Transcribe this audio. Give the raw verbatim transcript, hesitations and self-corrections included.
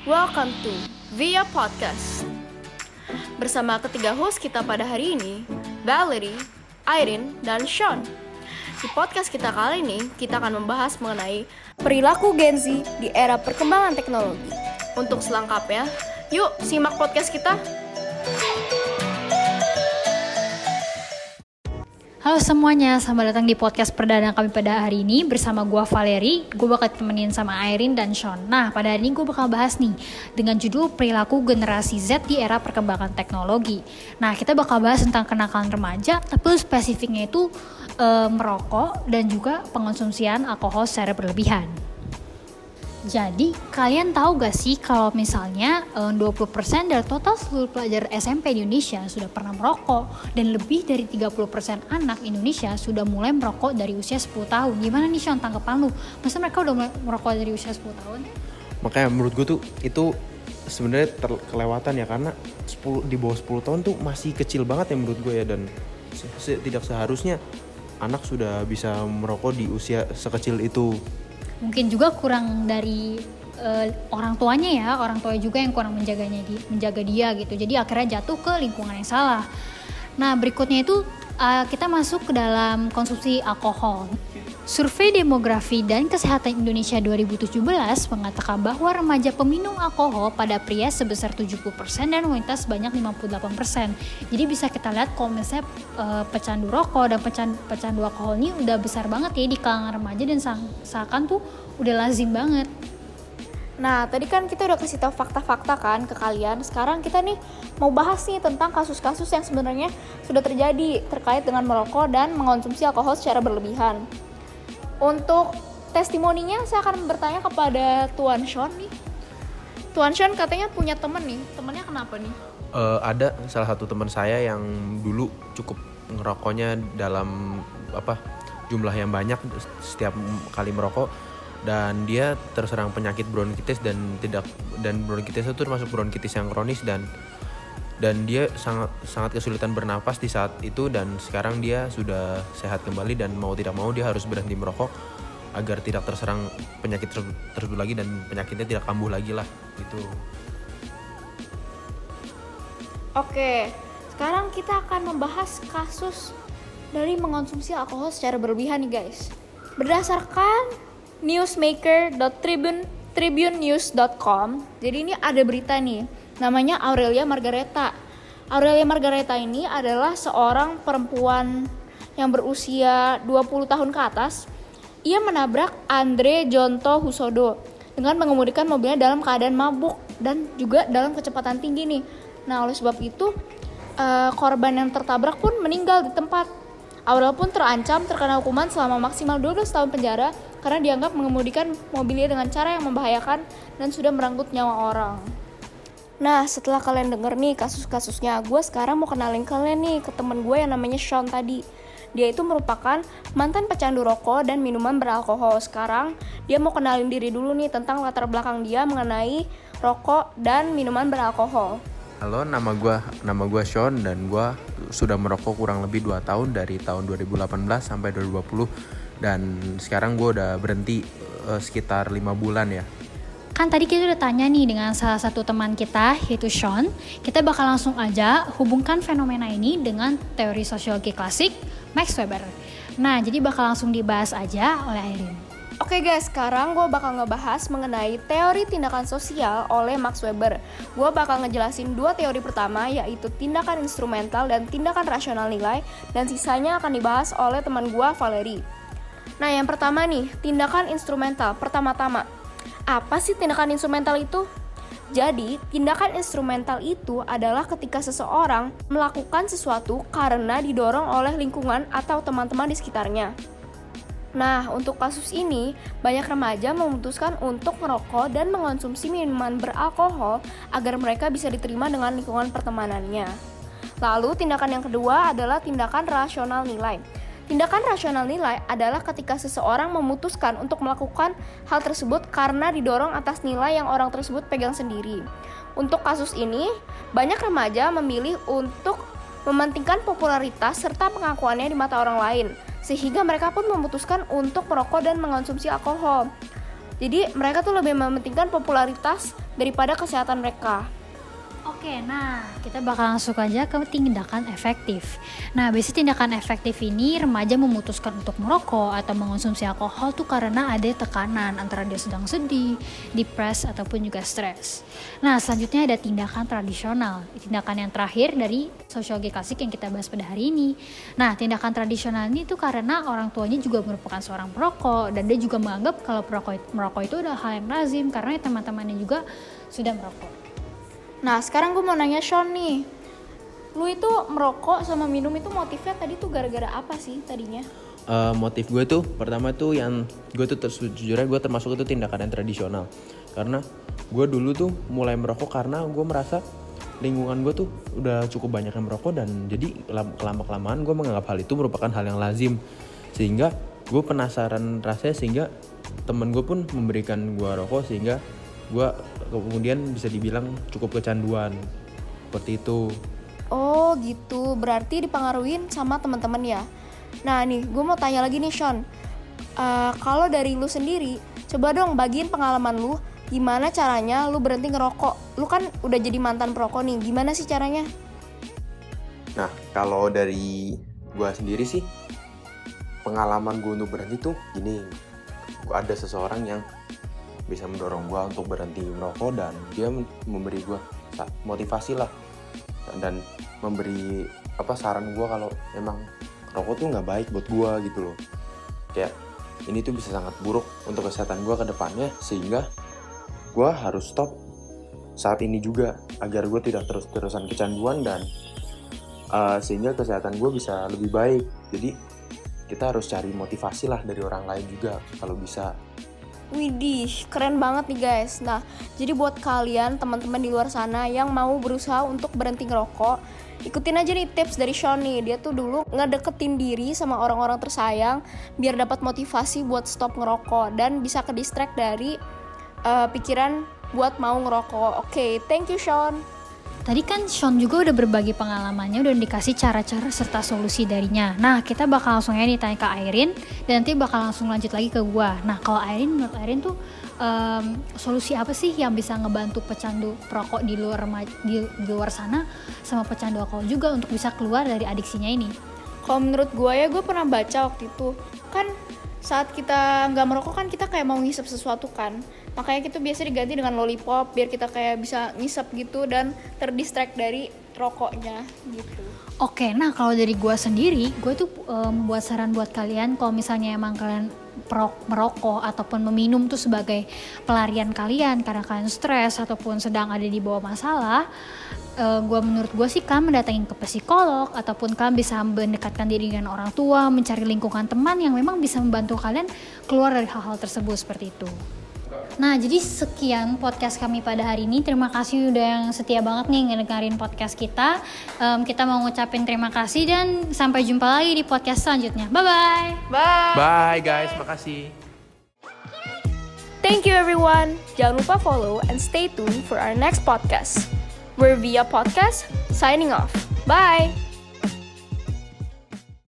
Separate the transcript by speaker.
Speaker 1: Welcome to Via Podcast. Bersama ketiga host kita pada hari ini, Valerie, Irene, dan Sean. Di podcast kita kali ini, kita akan membahas mengenai perilaku Gen Z di era perkembangan teknologi. Untuk selengkapnya, yuk simak podcast kita.
Speaker 2: Halo semuanya, selamat datang di podcast perdana kami pada hari ini bersama gue Valerie. Gue bakal temenin sama Irene dan Sean. Nah, pada hari ini gue bakal bahas nih dengan judul perilaku generasi Z di era perkembangan teknologi. Nah, kita bakal bahas tentang kenakalan remaja, tapi spesifiknya itu e, merokok dan juga pengonsumsian alkohol secara berlebihan. Jadi, kalian tahu gak sih kalau misalnya eh, dua puluh persen dari total seluruh pelajar S M P di Indonesia sudah pernah merokok dan lebih dari tiga puluh persen anak Indonesia sudah mulai merokok dari usia sepuluh tahun. Gimana nih Sean, tanggapan lu? Masa mereka udah mulai merokok dari usia sepuluh tahun?
Speaker 3: Makanya menurut gue tuh itu sebenarnya terkelewatan ya, karena sepuluh, di bawah sepuluh tahun tuh masih kecil banget ya menurut gue ya, dan se- se- tidak seharusnya anak sudah bisa merokok di usia sekecil itu.
Speaker 2: Mungkin juga kurang dari uh, orang tuanya ya, orang tua juga yang kurang menjaganya di, menjaga dia gitu. Jadi akhirnya jatuh ke lingkungan yang salah. Nah, berikutnya itu uh, kita masuk ke dalam konsumsi alkohol. Survei Demografi dan Kesehatan Indonesia dua ribu tujuh belas mengatakan bahwa remaja peminum alkohol pada pria sebesar tujuh puluh persen dan wanita sebanyak lima puluh delapan persen. Jadi bisa kita lihat kalau misalnya uh, pecandu rokok dan pecandu, pecandu alkohol ini udah besar banget ya di kalangan remaja dan seakan tuh udah lazim banget.
Speaker 1: Nah, tadi kan kita udah kasih tahu fakta-fakta kan ke kalian. Sekarang kita nih mau bahas nih tentang kasus-kasus yang sebenarnya sudah terjadi terkait dengan merokok dan mengonsumsi alkohol secara berlebihan. Untuk testimoninya saya akan bertanya kepada Tuan Sean nih. Tuan Sean katanya punya temen nih. Temennya kenapa nih?
Speaker 3: Uh, ada salah satu teman saya yang dulu cukup ngerokoknya dalam apa jumlah yang banyak setiap kali merokok, dan dia terserang penyakit bronkitis dan tidak dan bronkitis itu termasuk bronkitis yang kronis, dan dan dia sangat sangat kesulitan bernapas di saat itu, dan sekarang dia sudah sehat kembali dan mau tidak mau dia harus berhenti merokok agar tidak terserang penyakit tersebut lagi dan penyakitnya tidak kambuh lagi lah gitu.
Speaker 1: Oke, sekarang kita akan membahas kasus dari mengonsumsi alkohol secara berlebihan nih guys. Berdasarkan newsmaker dot tribune tribune news dot com, jadi ini ada berita nih. Namanya Aurelia Margareta. Aurelia Margareta ini adalah seorang perempuan yang berusia dua puluh tahun ke atas. Ia menabrak Andre Jonto Husodo dengan mengemudikan mobilnya dalam keadaan mabuk dan juga dalam kecepatan tinggi nih. Nah, oleh sebab itu uh, korban yang tertabrak pun meninggal di tempat. Aurel pun terancam terkena hukuman selama maksimal dua belas tahun penjara karena dianggap mengemudikan mobilnya dengan cara yang membahayakan dan sudah merenggut nyawa orang. Nah, setelah kalian denger nih kasus-kasusnya, gue sekarang mau kenalin kalian nih ke temen gue yang namanya Sean tadi. Dia itu merupakan mantan pecandu rokok dan minuman beralkohol. Sekarang dia mau kenalin diri dulu nih tentang latar belakang dia mengenai rokok dan minuman beralkohol.
Speaker 3: Halo, nama gue nama gue Sean, dan gue sudah merokok kurang lebih dua tahun dari tahun dua ribu delapan belas sampai dua ribu dua puluh, dan sekarang gue udah berhenti uh, sekitar lima bulan ya.
Speaker 2: Kan tadi kita udah tanya nih dengan salah satu teman kita, yaitu Sean. Kita bakal langsung aja hubungkan fenomena ini dengan teori sosiologi klasik Max Weber. Nah, jadi bakal langsung dibahas aja oleh Irene.
Speaker 1: Oke guys, sekarang gue bakal ngebahas mengenai teori tindakan sosial oleh Max Weber. Gue bakal ngejelasin dua teori pertama, yaitu tindakan instrumental dan tindakan rasional nilai, dan sisanya akan dibahas oleh teman gue, Valerie. Nah, yang pertama nih, tindakan instrumental. Pertama-tama, apa sih tindakan instrumental itu? Jadi, tindakan instrumental itu adalah ketika seseorang melakukan sesuatu karena didorong oleh lingkungan atau teman-teman di sekitarnya. Nah, untuk kasus ini, banyak remaja memutuskan untuk merokok dan mengonsumsi minuman beralkohol agar mereka bisa diterima dengan lingkungan pertemanannya. Lalu, tindakan yang kedua adalah tindakan rasional nilai. Tindakan rasional nilai adalah ketika seseorang memutuskan untuk melakukan hal tersebut karena didorong atas nilai yang orang tersebut pegang sendiri. Untuk kasus ini, banyak remaja memilih untuk mementingkan popularitas serta pengakuannya di mata orang lain, sehingga mereka pun memutuskan untuk merokok dan mengonsumsi alkohol. Jadi mereka tuh lebih mementingkan popularitas daripada kesehatan mereka.
Speaker 2: Oke, nah kita bakal langsung aja ke tindakan efektif. Nah, biasanya tindakan efektif ini remaja memutuskan untuk merokok atau mengonsumsi alkohol tuh karena ada tekanan antara dia sedang sedih, depres ataupun juga stres. Nah, selanjutnya ada tindakan tradisional. Tindakan yang terakhir dari sosiologi klasik yang kita bahas pada hari ini. Nah, tindakan tradisional ini tuh karena orang tuanya juga merupakan seorang perokok dan dia juga menganggap kalau perokok merokok itu adalah hal yang lazim karena teman-temannya juga sudah merokok.
Speaker 1: Nah sekarang gue mau nanya Sean nih, lu itu merokok sama minum itu motifnya tadi tuh gara-gara apa sih tadinya?
Speaker 3: Uh, motif gue tuh pertama tuh yang gue tuh sejujurnya gue termasuk itu tindakan yang tradisional. Karena gue dulu tuh mulai merokok karena gue merasa lingkungan gue tuh udah cukup banyak yang merokok dan jadi kelama-kelamaan gue menganggap hal itu merupakan hal yang lazim. Sehingga gue penasaran rasanya sehingga temen gue pun memberikan gue rokok sehingga gue kemudian bisa dibilang cukup kecanduan seperti itu.
Speaker 1: Oh gitu, berarti dipengaruhin sama teman-teman ya. Nah nih, gue mau tanya lagi nih Sean, uh, kalau dari lu sendiri, coba dong bagiin pengalaman lu, gimana caranya lu berhenti ngerokok. Lu kan udah jadi mantan perokok nih, gimana sih caranya?
Speaker 3: Nah, kalau dari gue sendiri sih, pengalaman gue untuk berhenti tuh gini, gue ada seseorang yang bisa mendorong gue untuk berhenti merokok dan dia memberi gue motivasi lah dan memberi apa saran gue kalau emang rokok tuh nggak baik buat gue gitu loh, kayak ini tuh bisa sangat buruk untuk kesehatan gue ke depannya sehingga gue harus stop saat ini juga agar gue tidak terus-terusan kecanduan dan uh, sehingga kesehatan gue bisa lebih baik. Jadi kita harus cari motivasi lah dari orang lain juga kalau bisa.
Speaker 1: Widih, keren banget nih guys. Nah, jadi buat kalian teman-teman di luar sana yang mau berusaha untuk berhenti ngerokok, ikutin aja nih tips dari Sean nih. Dia tuh dulu ngedeketin diri sama orang-orang tersayang biar dapat motivasi buat stop ngerokok dan bisa ke distract dari uh, pikiran buat mau ngerokok. Oke, okay, thank you Sean.
Speaker 2: Tadi kan Sean juga udah berbagi pengalamannya, udah dikasih cara-cara serta solusi darinya. Nah, kita bakal langsung aja nih tanya ke Airin, dan nanti bakal langsung lanjut lagi ke gua. Nah, kalau Airin, menurut Airin tuh um, solusi apa sih yang bisa ngebantu pecandu perokok di luar di, di luar sana sama pecandu alkohol juga untuk bisa keluar dari adiksinya ini?
Speaker 1: Kalau menurut gua ya, gua pernah baca waktu itu kan saat kita nggak merokok kan kita kayak mau ngisep sesuatu kan, makanya kita biasa diganti dengan lollipop biar kita kayak bisa ngisep gitu dan terdistract dari rokoknya gitu.
Speaker 2: Oke, nah kalau dari gue sendiri, gue tuh um, buat saran buat kalian kalau misalnya emang kalian merokok ataupun meminum tuh sebagai pelarian kalian karena kalian stres ataupun sedang ada di bawah masalah, uh, gue menurut gue sih kalian mendatangin ke psikolog ataupun kalian bisa mendekatkan diri dengan orang tua, mencari lingkungan teman yang memang bisa membantu kalian keluar dari hal-hal tersebut seperti itu. Nah, jadi sekian podcast kami pada hari ini. Terima kasih udah yang setia banget nih ngedengerin podcast kita. Um, kita mau ngucapin terima kasih dan sampai jumpa lagi di podcast selanjutnya. Bye-bye.
Speaker 1: Bye.
Speaker 3: Bye guys, makasih.
Speaker 1: Thank you everyone. Jangan lupa follow and stay tuned for our next podcast. We're Via Podcast, signing off. Bye.